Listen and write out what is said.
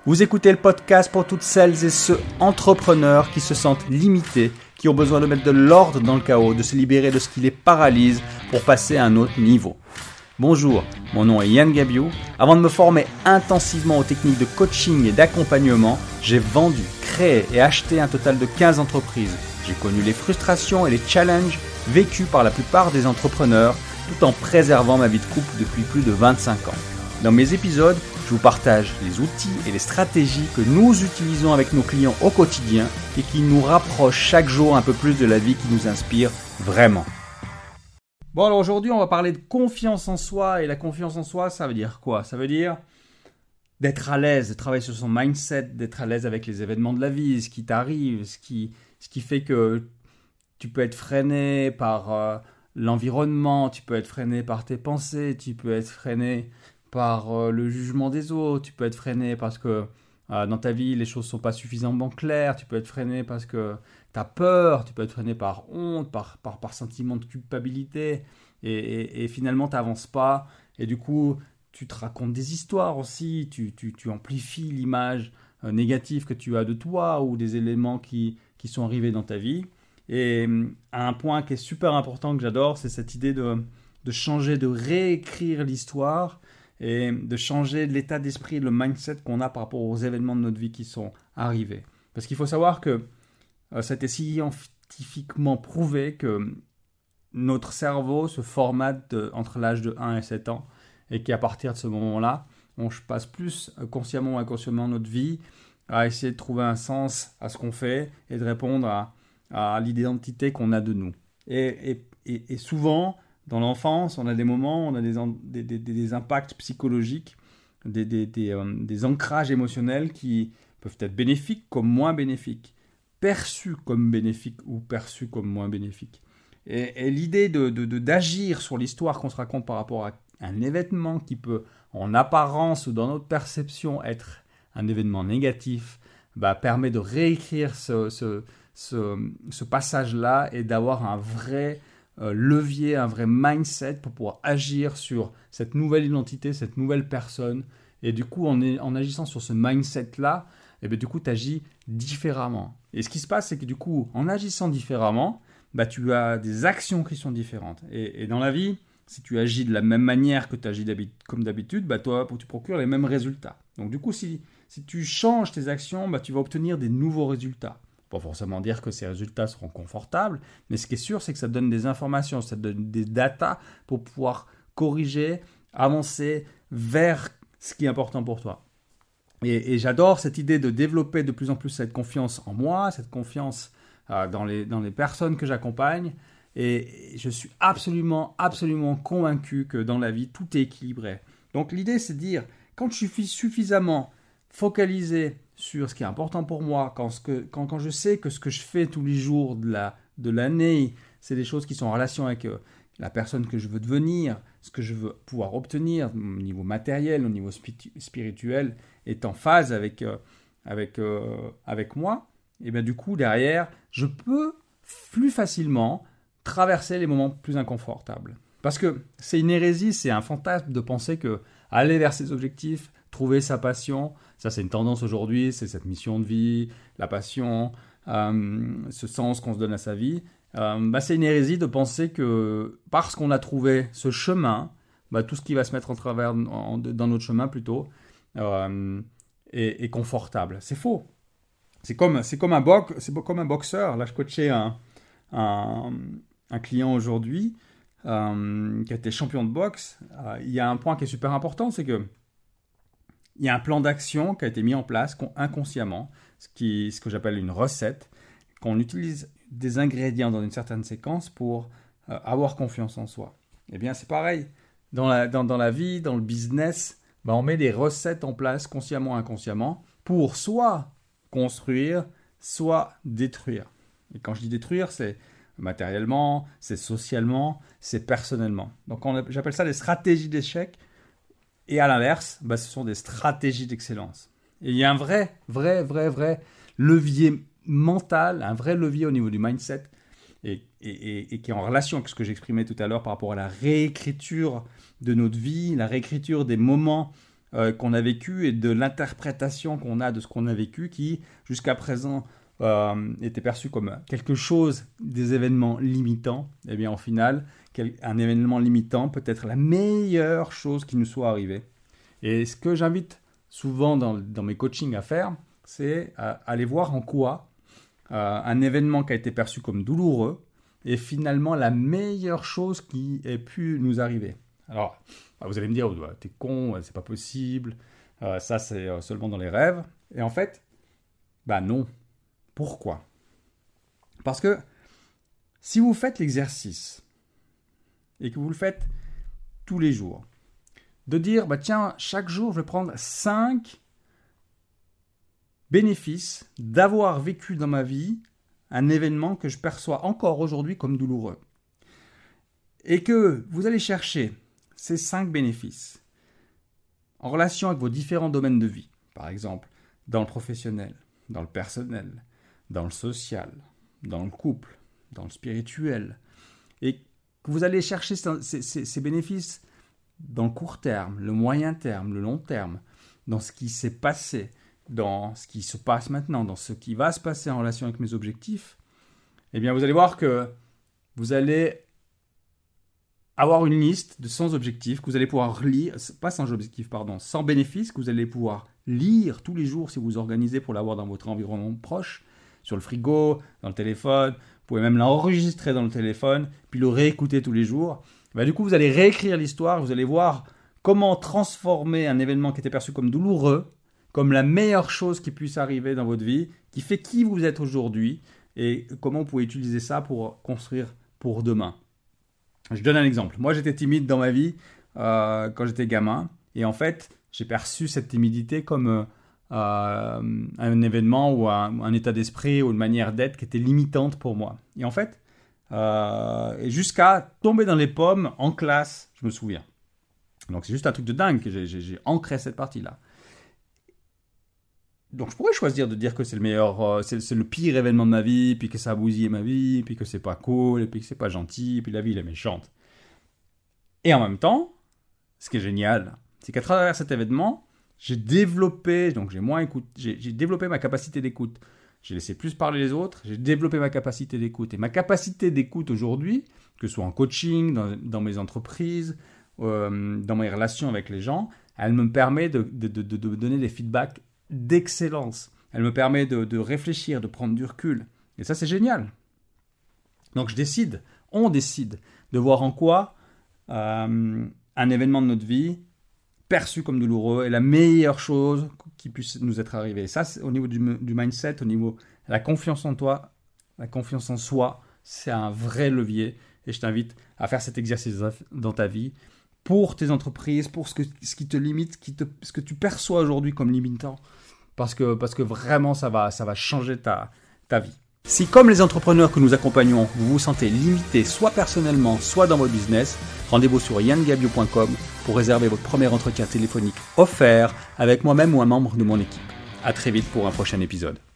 Vous écoutez le podcast pour toutes celles et ceux entrepreneurs qui se sentent limités, qui ont besoin de mettre de l'ordre dans le chaos, de se libérer de ce qui les paralyse pour passer à un autre niveau. Bonjour, mon nom est Yann Gabiou. Avant de me former intensivement aux techniques de coaching et d'accompagnement, j'ai vendu, créé et acheté un total de 15 entreprises. J'ai connu les frustrations et les challenges vécus par la plupart des entrepreneurs tout en préservant ma vie de couple depuis plus de 25 ans. Dans mes épisodes, je vous partage les outils et les stratégies que nous utilisons avec nos clients au quotidien et qui nous rapprochent chaque jour un peu plus de la vie qui nous inspire vraiment. Bon, alors aujourd'hui, on va parler de confiance en soi. Et la confiance en soi, ça veut dire quoi? Ça veut dire d'être à l'aise, de travailler sur son mindset, d'être à l'aise avec les événements de la vie, ce qui t'arrive, ce qui fait que tu peux être freiné par l'environnement, tu peux être freiné par tes pensées, tu peux être freiné par le jugement des autres, tu peux être freiné parce que dans ta vie, les choses ne sont pas suffisamment claires, tu peux être freiné parce que tu as peur, tu peux être freiné par honte, par sentiment de culpabilité, et finalement, tu n'avances pas, et du coup, tu te racontes des histoires aussi, tu amplifies l'image négative que tu as de toi ou des éléments qui sont arrivés dans ta vie. Et un point qui est super important que j'adore, c'est cette idée de changer, de réécrire l'histoire et de changer l'état d'esprit, le mindset qu'on a par rapport aux événements de notre vie qui sont arrivés. Parce qu'il faut savoir que ça a été scientifiquement prouvé que notre cerveau se formate entre l'âge de 1 et 7 ans et qu'à partir de ce moment-là, on passe plus consciemment ou inconsciemment notre vie à essayer de trouver un sens à ce qu'on fait et de répondre à l'identité qu'on a de nous. Et souvent, dans l'enfance, on a des moments, on a des impacts psychologiques, des ancrages émotionnels qui peuvent être bénéfiques comme moins bénéfiques, perçus comme bénéfiques ou perçus comme moins bénéfiques. Et l'idée d'agir sur l'histoire qu'on se raconte par rapport à un événement qui peut, en apparence ou dans notre perception, être un événement négatif, permet de réécrire ce passage-là et d'avoir un vrai levier, un vrai mindset pour pouvoir agir sur cette nouvelle identité, cette nouvelle personne. Et du coup, en agissant sur ce mindset-là, du coup, tu agis différemment. Et ce qui se passe, c'est que du coup, en agissant différemment, tu as des actions qui sont différentes. Et dans la vie, si tu agis de la même manière que tu agis comme d'habitude, tu procures les mêmes résultats. Donc du coup, si tu changes tes actions, tu vas obtenir des nouveaux résultats. Pas forcément dire que ces résultats seront confortables, mais ce qui est sûr, c'est que ça te donne des informations, ça te donne des datas pour pouvoir corriger, avancer vers ce qui est important pour toi. Et j'adore cette idée de développer de plus en plus cette confiance en moi, cette confiance dans les personnes que j'accompagne. Et je suis absolument, absolument convaincu que dans la vie, tout est équilibré. Donc l'idée, c'est de dire, quand je suis suffisamment focalisé sur ce qui est important pour moi, quand je sais que ce que je fais tous les jours de l'année, c'est des choses qui sont en relation avec la personne que je veux devenir, ce que je veux pouvoir obtenir au niveau matériel, au niveau spirituel, est en phase avec moi, et bien du coup, derrière, je peux plus facilement traverser les moments plus inconfortables. Parce que c'est une hérésie, c'est un fantasme de penser que aller vers ses objectifs, trouver sa passion, ça c'est une tendance aujourd'hui, c'est cette mission de vie, la passion, ce sens qu'on se donne à sa vie. C'est une hérésie de penser que parce qu'on a trouvé ce chemin, tout ce qui va se mettre en travers dans notre chemin plutôt est confortable. C'est faux. C'est comme un boxeur. Là, je coachais un client aujourd'hui qui a été champion de boxe. Il y a un point qui est super important, c'est que il y a un plan d'action qui a été mis en place inconsciemment, ce que j'appelle une recette, qu'on utilise des ingrédients dans une certaine séquence pour avoir confiance en soi. Eh bien, c'est pareil. Dans la vie, dans le business, on met des recettes en place consciemment, inconsciemment, pour soit construire, soit détruire. Et quand je dis détruire, c'est matériellement, c'est socialement, c'est personnellement. Donc j'appelle ça des stratégies d'échec. Et à l'inverse, ce sont des stratégies d'excellence. Et il y a un vrai levier mental, un vrai levier au niveau du mindset, et qui est en relation avec ce que j'exprimais tout à l'heure par rapport à la réécriture de notre vie, la réécriture des moments qu'on a vécu et de l'interprétation qu'on a de ce qu'on a vécu qui, jusqu'à présent, était perçu comme quelque chose, des événements limitants. Eh bien, au final, un événement limitant peut être la meilleure chose qui nous soit arrivée. Et ce que j'invite souvent dans mes coachings à faire, c'est aller voir en quoi un événement qui a été perçu comme douloureux est finalement la meilleure chose qui ait pu nous arriver. Alors, vous allez me dire, t'es con, c'est pas possible, ça c'est seulement dans les rêves. Et en fait, non. Pourquoi ? Parce que si vous faites l'exercice et que vous le faites tous les jours, de dire, tiens, chaque jour, je vais prendre 5 bénéfices d'avoir vécu dans ma vie un événement que je perçois encore aujourd'hui comme douloureux. Et que vous allez chercher ces 5 bénéfices en relation avec vos différents domaines de vie. Par exemple, dans le professionnel, dans le personnel, dans le social, dans le couple, dans le spirituel. Et que vous allez chercher ces bénéfices dans le court terme, le moyen terme, le long terme, dans ce qui s'est passé, dans ce qui se passe maintenant, dans ce qui va se passer en relation avec mes objectifs, eh bien vous allez voir que vous allez avoir une liste de 100 objectifs que vous allez pouvoir lire, pas 100 objectifs, pardon, 100 bénéfices que vous allez pouvoir lire tous les jours si vous vous organisez pour l'avoir dans votre environnement proche, sur le frigo, dans le téléphone, vous pouvez même l'enregistrer dans le téléphone, puis le réécouter tous les jours. Du coup, vous allez réécrire l'histoire, vous allez voir comment transformer un événement qui était perçu comme douloureux, comme la meilleure chose qui puisse arriver dans votre vie, qui fait qui vous êtes aujourd'hui, et comment vous pouvez utiliser ça pour construire pour demain. Je donne un exemple. Moi, j'étais timide dans ma vie quand j'étais gamin, et en fait, j'ai perçu cette timidité comme un événement ou un état d'esprit ou une manière d'être qui était limitante pour moi. Et en fait, jusqu'à tomber dans les pommes en classe, je me souviens. Donc c'est juste un truc de dingue que j'ai ancré cette partie-là. Donc je pourrais choisir de dire que c'est le meilleur, c'est le pire événement de ma vie, puis que ça a bousillé ma vie, puis que c'est pas cool, et puis que c'est pas gentil, puis la vie elle est méchante. Et en même temps, ce qui est génial, c'est qu'à travers cet événement, j'ai développé ma capacité d'écoute. J'ai laissé plus parler les autres, j'ai développé ma capacité d'écoute. Et ma capacité d'écoute aujourd'hui, que ce soit en coaching, dans mes entreprises, dans mes relations avec les gens, elle me permet de donner des feedbacks d'excellence. Elle me permet de réfléchir, de prendre du recul. Et ça, c'est génial. Donc on décide de voir en quoi un événement de notre vie perçu comme douloureux est la meilleure chose qui puisse nous être arrivée. Ça, c'est au niveau du mindset, au niveau de la confiance en toi, la confiance en soi, c'est un vrai levier. Et je t'invite à faire cet exercice dans ta vie pour tes entreprises, pour ce qui te limite, ce que tu perçois aujourd'hui comme limitant. Parce que vraiment, ça va changer ta vie. Si, comme les entrepreneurs que nous accompagnons, vous vous sentez limité, soit personnellement, soit dans votre business, rendez-vous sur yangabio.com pour réserver votre premier entretien téléphonique offert avec moi-même ou un membre de mon équipe. À très vite pour un prochain épisode.